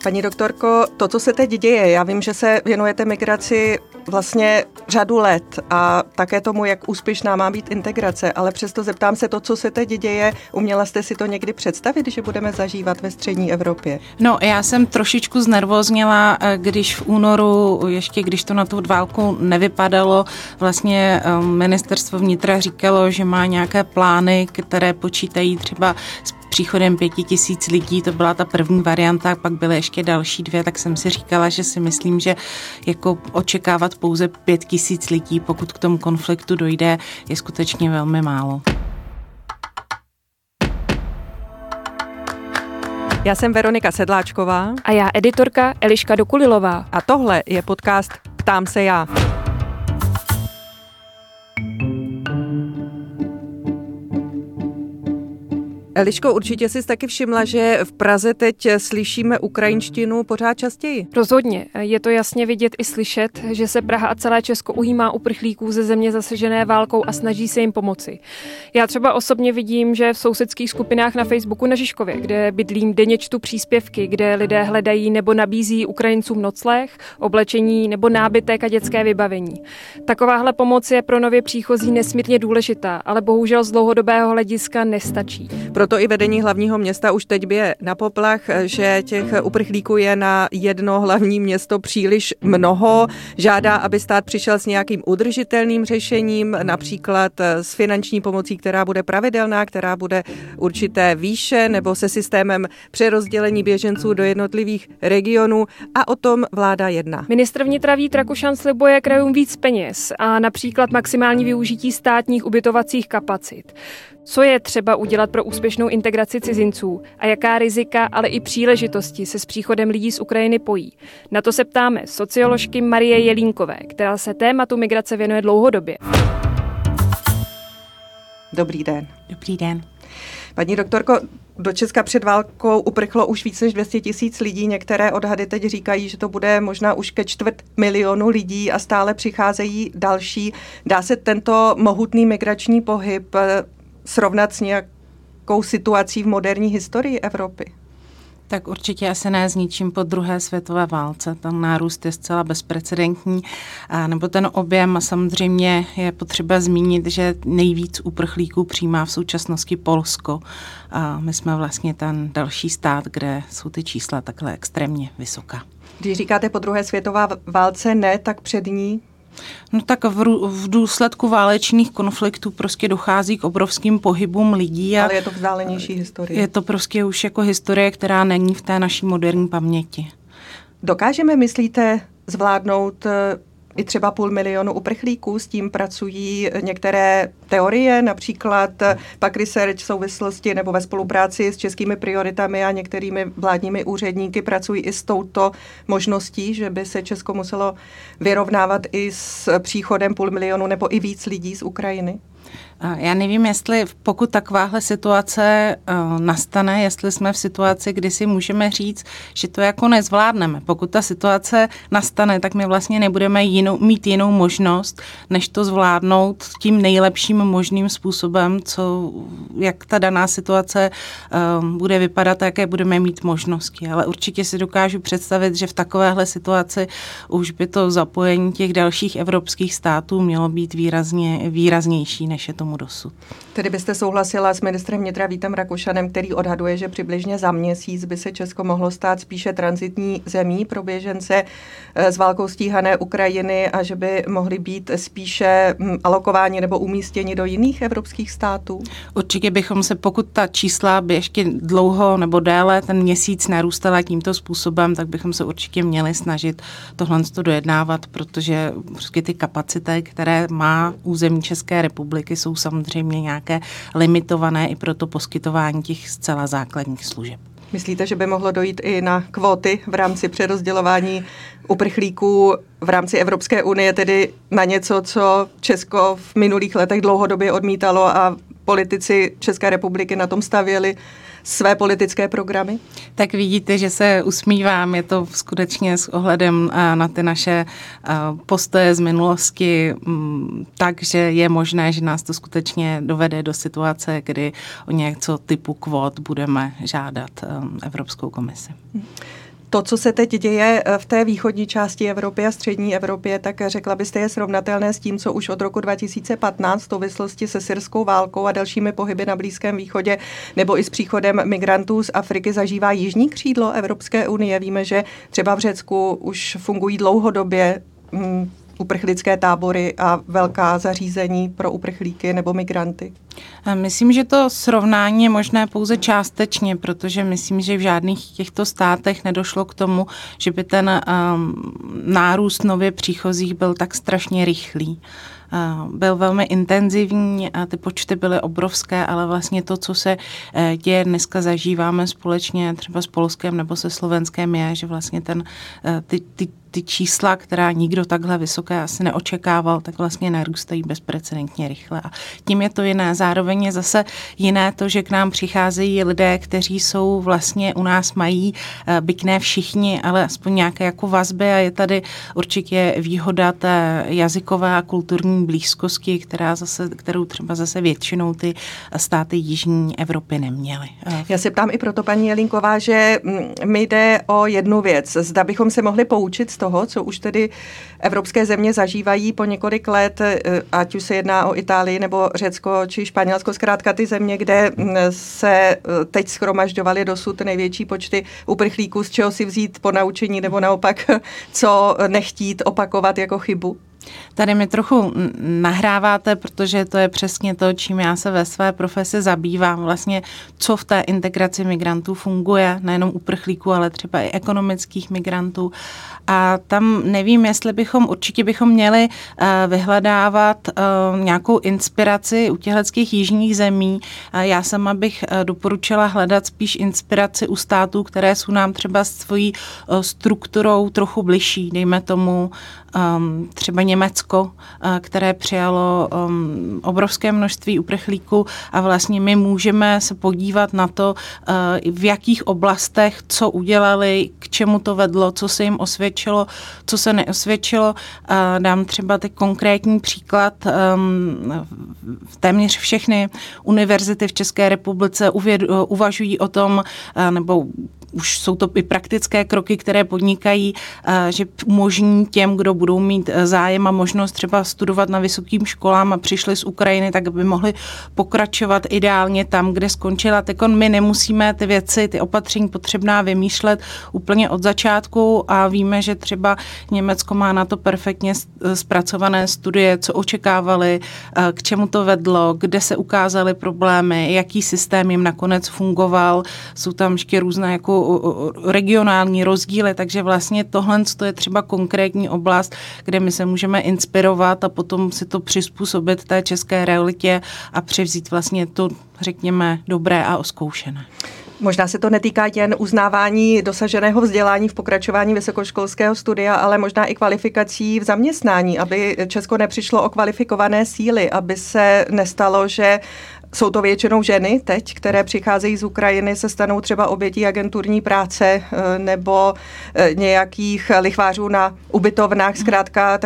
Paní doktorko, to, co se teď děje, já vím, že se věnujete migraci vlastně řadu let a také tomu, jak úspěšná má být integrace, ale přesto zeptám se, to, co se teď děje, uměla jste si to někdy představit, že budeme zažívat ve střední Evropě? No, já jsem trošičku znervózněla, když v únoru, ještě když to na tu válku nevypadalo, vlastně ministerstvo vnitra říkalo, že má nějaké plány, které počítají třeba s příchodem 5 000 lidí, to byla ta první varianta, pak byly ještě další 2, tak jsem si říkala, že si myslím, že jako očekávat pouze 5 000 lidí, pokud k tomu konfliktu dojde, je skutečně velmi málo. Já jsem Veronika Sedláčková. A já editorka Eliška Dokulilová. A tohle je podcast Ptám se já. Eliško, určitě jsi taky všimla, že v Praze teď slyšíme ukrajinštinu pořád častěji. Rozhodně. Je to jasně vidět i slyšet, že se Praha a celé Česko ujímá uprchlíků ze země zasažené válkou a snaží se jim pomoci. Já třeba osobně vidím, že v sousedských skupinách na Facebooku na Žižkově, kde bydlím, denně čtu příspěvky, kde lidé hledají nebo nabízí Ukrajincům nocleh, oblečení nebo nábytek a dětské vybavení. Takováhle pomoc je pro nově příchozí nesmírně důležitá, ale bohužel z dlouhodobého hlediska nestačí. Proto i vedení hlavního města už teď bije na poplach, že těch uprchlíků je na jedno hlavní město příliš mnoho. Žádá, aby stát přišel s nějakým udržitelným řešením, například s finanční pomocí, která bude pravidelná, která bude určité výše, nebo se systémem přerozdělení běženců do jednotlivých regionů, a o tom vláda jedná. Ministr vnitra Vít Rakušan slibuje krajům víc peněz a například maximální využití státních ubytovacích kapacit. Co je třeba udělat pro úspěšnou integraci cizinců a jaká rizika, ale i příležitosti se s příchodem lidí z Ukrajiny pojí? Na to se ptáme socioložky Marie Jelínkové, která se tématu migrace věnuje dlouhodobě. Dobrý den. Dobrý den. Paní doktorko, do Česka před válkou uprchlo už více než 200 000 lidí. Některé odhady teď říkají, že to bude možná už ke 250 000 lidí a stále přicházejí další. Dá se tento mohutný migrační pohyb srovnat s nějakou situací v moderní historii Evropy? Tak určitě asi ne s ničím po druhé světové válce. Ten nárůst je zcela bezprecedentní, nebo ten objem. A samozřejmě je potřeba zmínit, že nejvíc uprchlíků přijímá v současnosti Polsko. A my jsme vlastně ten další stát, kde jsou ty čísla takhle extrémně vysoká. Když říkáte po druhé světové válce ne, tak před ní? No tak v důsledku válečných konfliktů prostě dochází k obrovským pohybům lidí. Ale je to vzdálenější historie. Je to prostě už jako historie, která není v té naší moderní paměti. Dokážeme, myslíte, zvládnout i třeba 500 000 uprchlíků? S tím pracují některé teorie, například PAC Research v souvislosti nebo ve spolupráci s českými prioritami a některými vládními úředníky pracují i s touto možností, že by se Česko muselo vyrovnávat i s příchodem 500 000 nebo i víc lidí z Ukrajiny? Já nevím, jestli pokud takováhle situace nastane, jestli jsme v situaci, kdy si můžeme říct, že to jako nezvládneme. Pokud ta situace nastane, tak my vlastně nebudeme mít jinou možnost, než to zvládnout tím nejlepším možným způsobem, jak ta daná situace bude vypadat, jaké budeme mít možnosti. Ale určitě si dokážu představit, že v takovéhle situaci už by to zapojení těch dalších evropských států mělo být výraznější, než je tomu dosud. Tedy byste souhlasila s ministrem vnitra Vítem Rakušanem, který odhaduje, že přibližně za měsíc by se Česko mohlo stát spíše tranzitní zemí pro běžence z válkou stíhané Ukrajiny a že by mohli být spíše alokováni nebo umístěni do jiných evropských států? Určitě bychom se, pokud ta čísla by ještě dlouho nebo déle ten měsíc narůstala tímto způsobem, tak bychom se určitě měli snažit tohle dojednávat, protože prostě ty kapacity, které má území České republiky, jsou samozřejmě nějaké limitované i pro to poskytování těch zcela základních služeb. Myslíte, že by mohlo dojít i na kvóty v rámci přerozdělování uprchlíků v rámci Evropské unie, tedy na něco, co Česko v minulých letech dlouhodobě odmítalo a politici České republiky na tom stavěli své politické programy? Tak vidíte, že se usmívám. Je to skutečně s ohledem na ty naše postoje z minulosti, takže je možné, že nás to skutečně dovede do situace, kdy o něco typu kvót budeme žádat Evropskou komisi. To, co se teď děje v té východní části Evropy a střední Evropě, tak řekla byste, je srovnatelné s tím, co už od roku 2015 v souvislosti se syrskou válkou a dalšími pohyby na Blízkém východě nebo i s příchodem migrantů z Afriky zažívá jižní křídlo Evropské unie. Víme, že třeba v Řecku už fungují dlouhodobě uprchlické tábory a velká zařízení pro uprchlíky nebo migranty. Myslím, že to srovnání je možné pouze částečně, protože myslím, že v žádných těchto státech nedošlo k tomu, že by ten nárůst nově příchozích byl tak strašně rychlý. Byl velmi intenzivní a ty počty byly obrovské, ale vlastně to, co se děje dneska zažíváme společně třeba s Polskem nebo se Slovenskem, je, že vlastně ty čísla, která nikdo takhle vysoké asi neočekával, tak vlastně narůstají bezprecedentně rychle. A tím je to jiné. Zároveň je zase jiné to, že k nám přicházejí lidé, kteří jsou vlastně u nás mají, byť ne všichni, ale aspoň nějaké jako vazby a je tady určitě výhoda té jazykové a kulturní blízkosti, kterou třeba zase většinou ty státy jižní Evropy neměly. Já se ptám i proto, paní Jelínková, že mi jde o jednu věc. Zda bychom se mohli poučit z toho, co už tedy evropské země zažívají po několik let, ať už se jedná o Itálii nebo Řecko či Španělsko, zkrátka ty země, kde se teď shromažďovaly dosud největší počty uprchlíků, z čeho si vzít ponaučení nebo naopak, co nechtít opakovat jako chybu? Tady mi trochu nahráváte, protože to je přesně to, čím já se ve své profesi zabývám. Vlastně, co v té integraci migrantů funguje, nejenom uprchlíků, ale třeba i ekonomických migrantů. A tam nevím, jestli určitě bychom měli vyhledávat nějakou inspiraci u těchto jižních zemí. Já sama bych doporučila hledat spíš inspiraci u států, které jsou nám třeba svojí strukturou trochu bližší, dejme tomu třeba Německo, které přijalo obrovské množství uprchlíků a vlastně my můžeme se podívat na to, v jakých oblastech, co udělali, k čemu to vedlo, co se jim osvědčilo, co se neosvědčilo. Dám třeba teď konkrétní příklad. Téměř všechny univerzity v České republice uvažují o tom, nebo už jsou to i praktické kroky, které podnikají, že umožní těm, kdo budou mít zájem a možnost třeba studovat na vysokým školám a přišli z Ukrajiny, tak by mohli pokračovat ideálně tam, kde skončila. Tak my nemusíme ty věci, ty opatření potřebná vymýšlet úplně od začátku a víme, že třeba Německo má na to perfektně zpracované studie, co očekávali, k čemu to vedlo, kde se ukázaly problémy, jaký systém jim nakonec fungoval. Jsou tam ještě různé jako regionální rozdíly, takže vlastně tohle je třeba konkrétní oblast, kde my se můžeme inspirovat a potom si to přizpůsobit té české realitě a převzít vlastně to, řekněme, dobré a oskoušené. Možná se to netýká jen uznávání dosaženého vzdělání v pokračování vysokoškolského studia, ale možná i kvalifikací v zaměstnání, aby Česko nepřišlo o kvalifikované síly, aby se nestalo, že jsou to většinou ženy teď, které přicházejí z Ukrajiny, se stanou třeba obětí agenturní práce nebo nějakých lichvářů na ubytovnách, zkrátka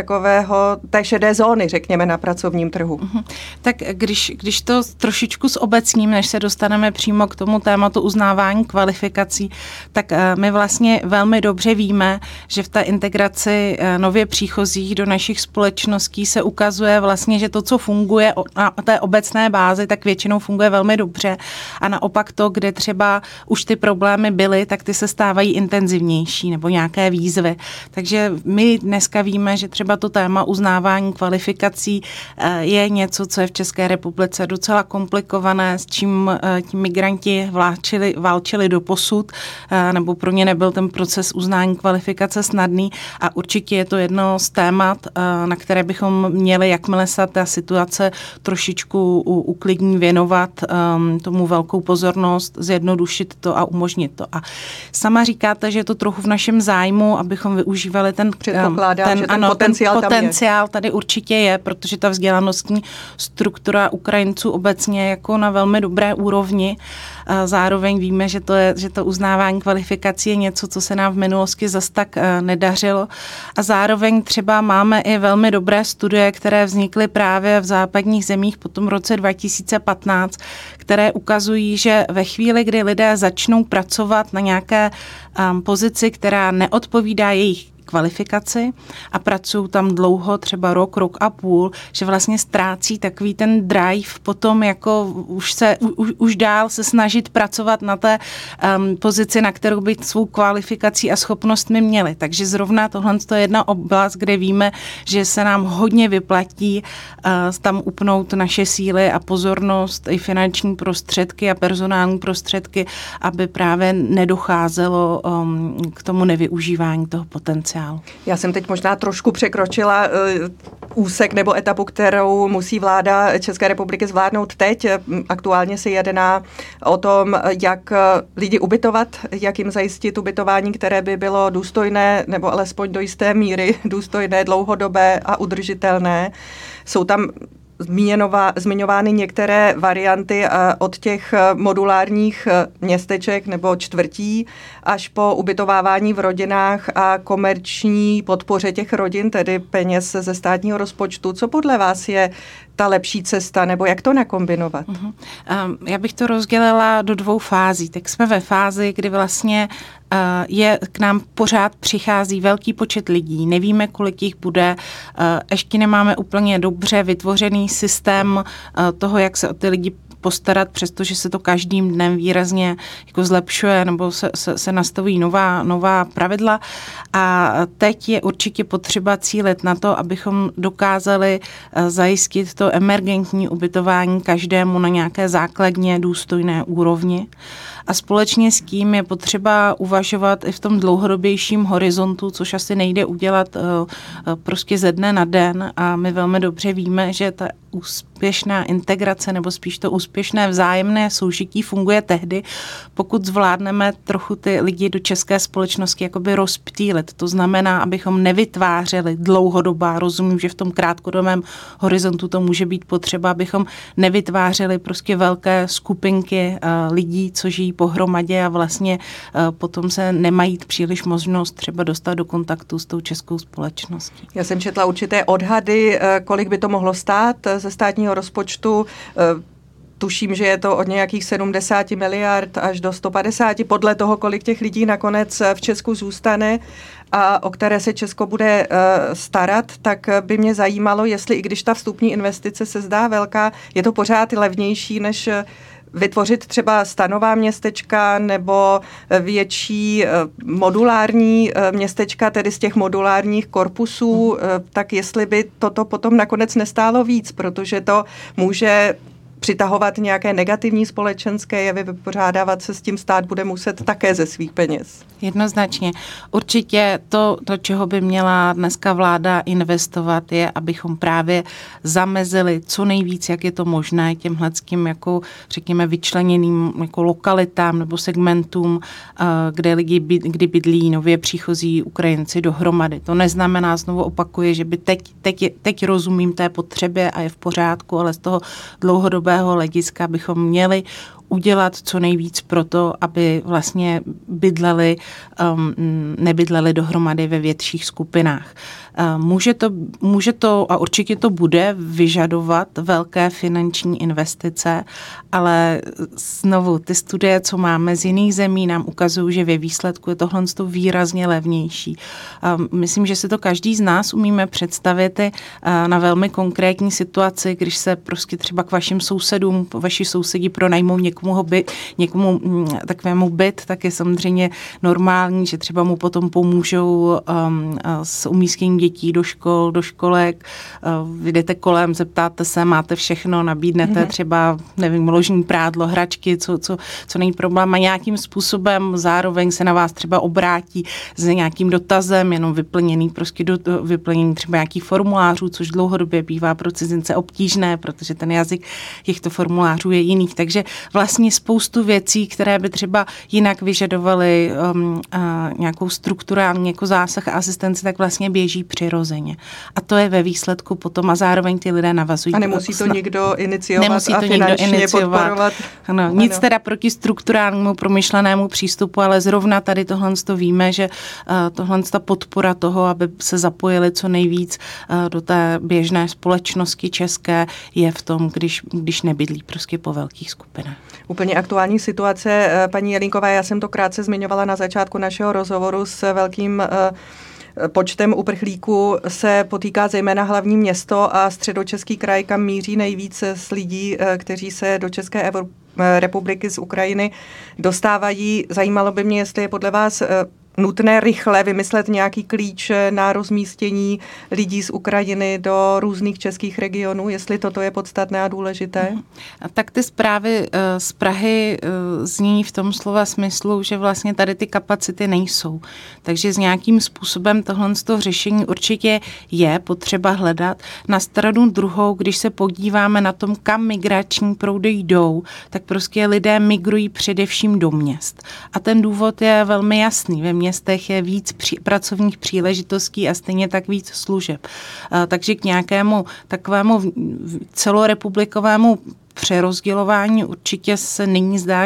té šedé zóny, řekněme, na pracovním trhu. Tak když to trošičku zobecním, než se dostaneme přímo k tomu tématu uznávání kvalifikací, tak my vlastně velmi dobře víme, že v té integraci nově příchozích do našich společností se ukazuje vlastně, že to, co funguje na té obecné bázi, tak většinou funguje velmi dobře a naopak to, kde třeba už ty problémy byly, tak ty se stávají intenzivnější nebo nějaké výzvy. Takže my dneska víme, že třeba to téma uznávání kvalifikací je něco, co je v České republice docela komplikované, s čím ti migranti válčili doposud, nebo pro ně nebyl ten proces uznání kvalifikace snadný a určitě je to jedno z témat, na které bychom měli, jakmile se ta situace trošičku uklidní, věnovat tomu velkou pozornost, zjednodušit to a umožnit to. A sama říkáte, že je to trochu v našem zájmu, abychom využívali ten potenciál tady určitě je, protože ta vzdělanostní struktura Ukrajinců obecně je jako na velmi dobré úrovni. Zároveň víme, že to uznávání kvalifikací je něco, co se nám v minulosti zas tak nedařilo. A zároveň třeba máme i velmi dobré studie, které vznikly právě v západních zemích po tom roce 2015, 2015, které ukazují, že ve chvíli, kdy lidé začnou pracovat na nějaké pozici, která neodpovídá jejich kvalifikaci a pracují tam dlouho, třeba rok a půl, že vlastně ztrácí takový ten drive potom jako už dál se snažit pracovat na té pozici, na kterou by svou kvalifikací a schopnostmi měli. Takže zrovna tohle je jedna oblast, kde víme, že se nám hodně vyplatí tam upnout naše síly a pozornost i finanční prostředky a personální prostředky, aby právě nedocházelo k tomu nevyužívání toho potenciálu. Já jsem teď možná trošku překročila úsek nebo etapu, kterou musí vláda České republiky zvládnout teď. Aktuálně se jedná o tom, jak lidi ubytovat, jak jim zajistit ubytování, které by bylo důstojné nebo alespoň do jisté míry důstojné, dlouhodobé a udržitelné. Jsou tam zmiňovány některé varianty od těch modulárních městeček nebo čtvrtí až po ubytovávání v rodinách a komerční podpoře těch rodin, tedy peněz ze státního rozpočtu. Co podle vás je ta lepší cesta, nebo jak to nakombinovat? Já bych to rozdělila do 2 fází. Tak jsme ve fázi, kdy vlastně k nám pořád přichází velký počet lidí, nevíme, kolik jich bude, ještě nemáme úplně dobře vytvořený systém toho, jak se o ty lidi postarat, přestože se to každým dnem výrazně jako zlepšuje nebo se nastavují nová pravidla. A teď je určitě potřeba cílit na to, abychom dokázali zajistit to emergentní ubytování každému na nějaké základně důstojné úrovni. A společně s tím je potřeba uvažovat i v tom dlouhodobějším horizontu, což asi nejde udělat prostě ze dne na den. A my velmi dobře víme, že ta úspěšná integrace nebo spíš to úspěšné vzájemné soužití funguje tehdy, pokud zvládneme trochu ty lidi do české společnosti jakoby rozptýlit. To znamená, abychom nevytvářeli dlouhodobá, rozumím, že v tom krátkodobém horizontu to může být potřeba, abychom nevytvářeli prostě velké skupinky lidí, co žijí pohromadě a vlastně potom se nemají příliš možnost třeba dostat do kontaktu s tou českou společností. Já jsem četla určité odhady, kolik by to mohlo stát ze státního rozpočtu. Tuším, že je to od nějakých 70 miliard až do 150, podle toho, kolik těch lidí nakonec v Česku zůstane a o které se Česko bude starat, tak by mě zajímalo, jestli i když ta vstupní investice se zdá velká, je to pořád levnější, než vytvořit třeba stanová městečka nebo větší modulární městečka, tedy z těch modulárních korpusů, tak jestli by toto potom nakonec nestálo víc, protože to může přitahovat nějaké negativní společenské jevy, vypořádávat se s tím stát bude muset také ze svých peněz. Jednoznačně. Určitě to, čeho by měla dneska vláda investovat, je, abychom právě zamezili co nejvíc, jak je to možné, těmhleckým jako, řekněme, vyčleněným jako lokalitám nebo segmentům, kde lidi kdy bydlí nově příchozí Ukrajinci dohromady. To neznamená, znovu opakuji, že by teď rozumím té potřebě a je v pořádku, ale z toho dlouhodobého hlediska bychom měli udělat co nejvíc pro to, aby vlastně nebydleli dohromady ve větších skupinách. Může to a určitě to bude vyžadovat velké finanční investice, ale znovu ty studie, co máme z jiných zemí, nám ukazují, že ve výsledku je tohle výrazně levnější. Myslím, že si to každý z nás umíme představit na velmi konkrétní situaci, když se prostě třeba k vašim sousedům, vaši sousedi pronajmou někomu takovému byt, tak je samozřejmě normální, že třeba mu potom pomůžou s umístěním dětí do škol, do školek, jdete kolem, zeptáte se, máte všechno, nabídnete třeba, nevím, ložní prádlo, hračky, co není problém a nějakým způsobem zároveň se na vás třeba obrátí s nějakým dotazem, jenom vyplnění třeba nějakých formulářů, což dlouhodobě bývá pro cizince obtížné, protože ten jazyk těchto formulářů je jiný. Takže vlastně vlastně spoustu věcí, které by třeba jinak vyžadovaly nějakou strukturální jako zásah a asistenci, tak vlastně běží přirozeně. A to je ve výsledku potom a zároveň ty lidé navazují. A nemusí to nikdo iniciovat a finančně podporovat. Ano, nic teda proti strukturálnímu promyšlenému přístupu, ale zrovna tady tohle to víme, že tohle ta podpora toho, aby se zapojili co nejvíc do té běžné společnosti české, je v tom, když nebydlí prostě po velkých skupinách. Úplně aktuální situace, paní Jelínková, já jsem to krátce zmiňovala na začátku našeho rozhovoru s velkým počtem uprchlíků se potýká zejména hlavní město a Středočeský kraj, kam míří nejvíc z lidí, kteří se do České republiky z Ukrajiny dostávají. Zajímalo by mě, jestli je podle vás nutné rychle vymyslet nějaký klíč na rozmístění lidí z Ukrajiny do různých českých regionů, jestli toto je podstatné a důležité? A tak ty zprávy z Prahy zní v tom slova smyslu, že vlastně tady ty kapacity nejsou. Takže s nějakým způsobem tohle řešení určitě je potřeba hledat. Na stranu druhou, když se podíváme na tom, kam migrační proudy jdou, tak prostě lidé migrují především do měst. A ten důvod je velmi jasný. Ve městech je víc pracovních příležitostí a stejně tak víc služeb. Takže k nějakému takovému celorepublikovému přerozdělování určitě se nyní zdá,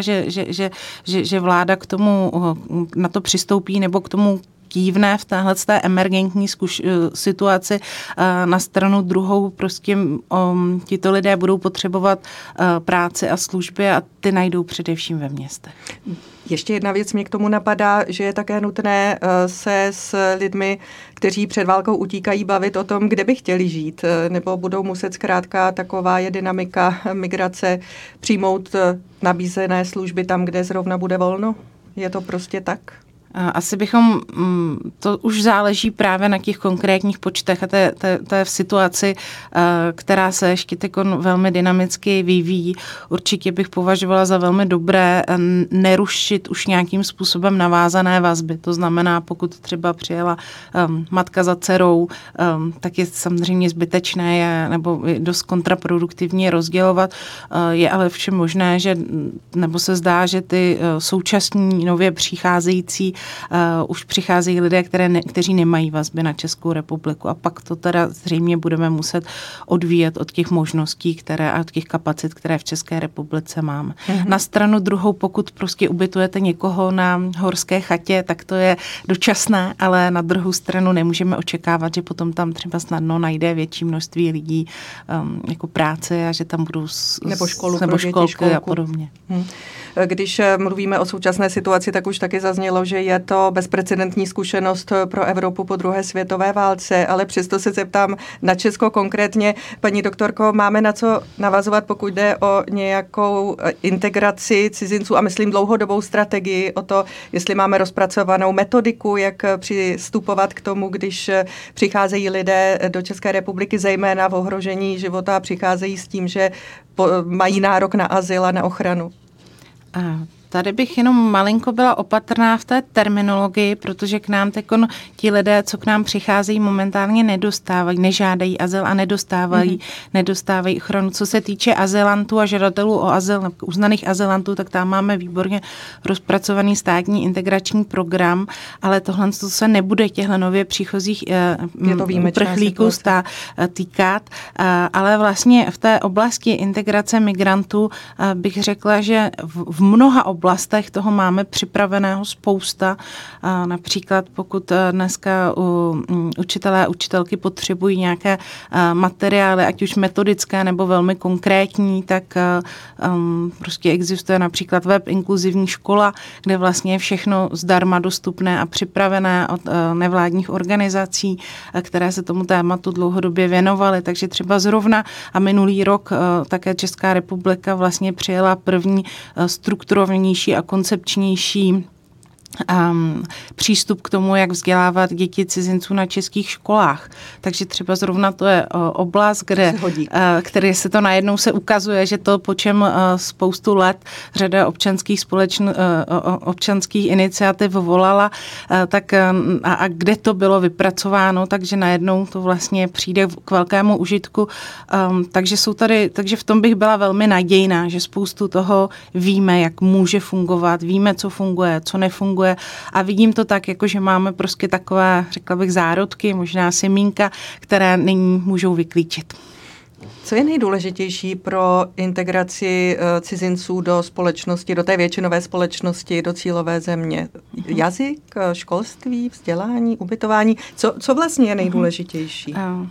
že vláda k tomu na to přistoupí nebo k tomu kývne v téhleté emergentní situaci. Na stranu druhou prostě tito lidé budou potřebovat práci a služby a ty najdou především ve městech. Ještě jedna věc mě k tomu napadá, že je také nutné se s lidmi, kteří před válkou utíkají, bavit o tom, kde by chtěli žít, nebo budou muset zkrátka, taková je dynamika migrace, přijmout nabízené služby tam, kde zrovna bude volno. Je to prostě tak? Asi bychom, to už záleží právě na těch konkrétních počtech a to je v situaci, která se ještě velmi dynamicky vyvíjí. Určitě bych považovala za velmi dobré nerušit už nějakým způsobem navázané vazby. To znamená, pokud třeba přijela matka za dcerou, tak je samozřejmě zbytečné nebo je dost kontraproduktivně rozdělovat. Je ale všem možné, nebo se zdá, že ty současní nově přicházející už přicházejí lidé, kteří nemají vazby na Českou republiku a pak to teda zřejmě budeme muset odvíjet od těch možností, a od těch kapacit, které v České republice máme. Na stranu druhou, pokud prostě ubytujete někoho na horské chatě, tak to je dočasné, ale na druhou stranu nemůžeme očekávat, že potom tam třeba snadno najde větší množství lidí jako práce a že tam budou nebo školky a podobně. Když mluvíme o současné situaci, tak už taky zaznělo, že je to bezprecedentní zkušenost pro Evropu po druhé světové válce, ale přesto se zeptám na Česko konkrétně. Paní doktorko, máme na co navazovat, pokud jde o nějakou integraci cizinců a myslím dlouhodobou strategii o to, jestli máme rozpracovanou metodiku, jak přistupovat k tomu, když přicházejí lidé do České republiky, zejména v ohrožení života a přicházejí s tím, že mají nárok na azyl a na ochranu. Tady bych jenom malinko byla opatrná v té terminologii, protože k nám ti lidé, co k nám přicházejí, momentálně nedostávají, nežádají azyl a nedostávají ochranu. Co se týče azylantů a žadatelů o azyl, uznaných azylantů, tak tam máme výborně rozpracovaný státní integrační program, ale tohle se nebude těchto nově příchozích uprchlíků týkat. Ale vlastně v té oblasti integrace migrantů bych řekla, že v mnoha oblastech toho máme připraveného spousta. Například pokud dneska učitelé a učitelky potřebují nějaké materiály, ať už metodické nebo velmi konkrétní, tak prostě existuje například web Inkluzivní škola, kde vlastně je všechno zdarma dostupné a připravené od nevládních organizací, které se tomu tématu dlouhodobě věnovaly. Takže třeba zrovna a minulý rok také Česká republika vlastně přijela první strukturovanější a koncepčnější přístup k tomu, jak vzdělávat děti cizinců na českých školách. Takže třeba zrovna to je oblast, kde se to najednou se ukazuje, že to, po čem spoustu let řada občanských iniciativ volala, tak a kde to bylo vypracováno, takže najednou to vlastně přijde k velkému užitku. Takže v tom bych byla velmi nadějná, že spoustu toho víme, jak může fungovat, víme, co funguje, co nefunguje. A vidím to tak, jako že máme prostě takové, řekla bych, zárodky, možná semínka, které nyní můžou vyklíčit. Co je nejdůležitější pro integraci cizinců do společnosti, do té většinové společnosti, do cílové země? Jazyk, školství, vzdělání, ubytování? Co vlastně je nejdůležitější?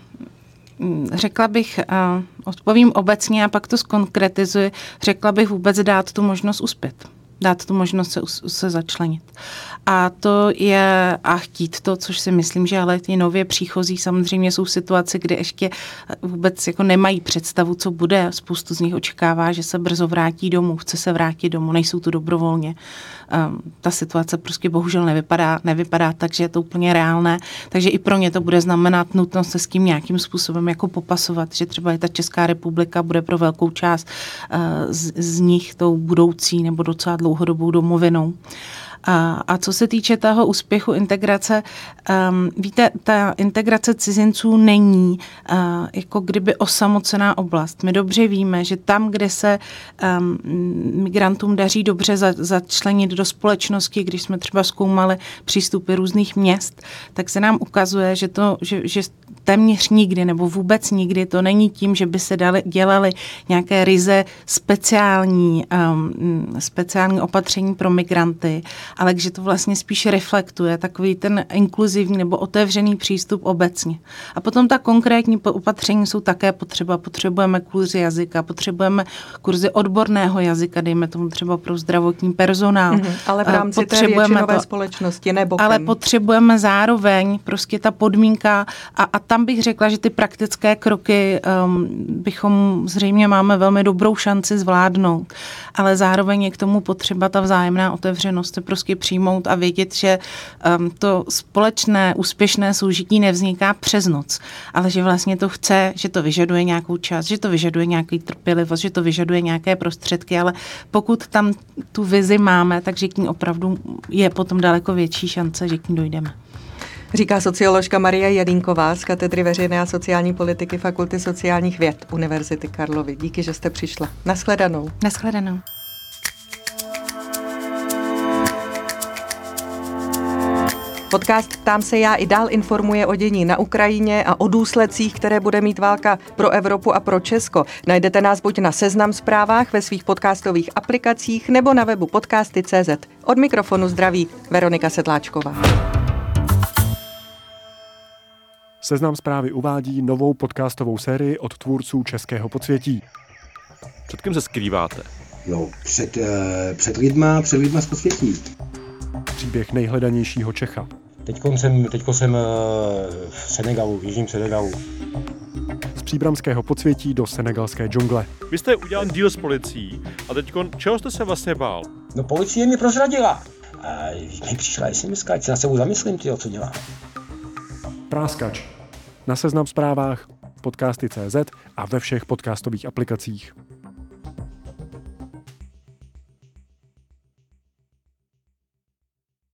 Řekla bych, odpovím obecně a pak to zkonkretizuji, řekla bych vůbec dát tu možnost uspět. Dát tu možnost se začlenit. A to je a chtít to, což si myslím, že ale ty nově příchozí samozřejmě jsou v situaci, kdy ještě vůbec jako nemají představu, co bude. Spoustu z nich očekává, že se brzo vrátí domů, chce se vrátit domů, nejsou tu dobrovolně. Ta situace prostě bohužel nevypadá tak, že je to úplně reálné. Takže i pro ně to bude znamenat nutnost se s tím nějakým způsobem jako popasovat, že třeba i ta Česká republika bude pro velkou část z nich tou budoucí nebo docela dlouhodobou domovinou. A co se týče toho úspěchu integrace, víte, ta integrace cizinců není jako kdyby osamocená oblast. My dobře víme, že tam, kde se migrantům daří dobře začlenit do společnosti, když jsme třeba zkoumali přístupy různých měst, tak se nám ukazuje, že téměř nikdy nebo vůbec nikdy to není tím, že by se dělaly nějaké ryze speciální opatření pro migranty, ale že to vlastně spíš reflektuje takový ten inkluzivní nebo otevřený přístup obecně. A potom ta konkrétní opatření jsou také potřeba. Potřebujeme kurzy jazyka, potřebujeme kurzy odborného jazyka, dejme tomu třeba pro zdravotní personál. Ale v rámci té většinové společnosti nebo ale potřebujeme zároveň prostě ta podmínka a tam bych řekla, že ty praktické kroky zřejmě máme velmi dobrou šanci zvládnout, ale zároveň je k tomu potřeba ta vzájemná otevřenost se prostě přijmout a vědět, že to společné úspěšné soužití nevzniká přes noc, ale že vlastně to chce, že to vyžaduje nějakou čas, že to vyžaduje nějaký trpělivost, že to vyžaduje nějaké prostředky, ale pokud tam tu vizi máme, takže k ní opravdu je potom daleko větší šance, že k ní dojdeme. Říká socioložka Marie Jelínková z katedry veřejné a sociální politiky Fakulty sociálních věd Univerzity Karlovy. Díky, že jste přišla. Nashledanou. Nashledanou. Podcast Ptám se já i dál informuje o dění na Ukrajině a o důsledcích, které bude mít válka pro Evropu a pro Česko. Najdete nás buď na Seznam Zprávách, ve svých podcastových aplikacích nebo na webu podcasty.cz. Od mikrofonu zdraví Veronika Sedláčková. Seznam Zprávy uvádí novou podcastovou sérii od tvůrců Českého podsvětí. Před kým se skrýváte? No, před lidma z podsvětí. Příběh nejhledanějšího Čecha. Teďko jsem v Senegalu, v jižním Senegalu. Z příbramského podsvětí do senegalské džungle. Vy jste udělal deal s policií a teďko, čeho jste se vlastně bál? No, policie mi prozradila. A mi přišla SMS, ať se na sebou zamyslím, co dělám. Práskač. Na Seznam Zprávách, podcasty.cz a ve všech podcastových aplikacích.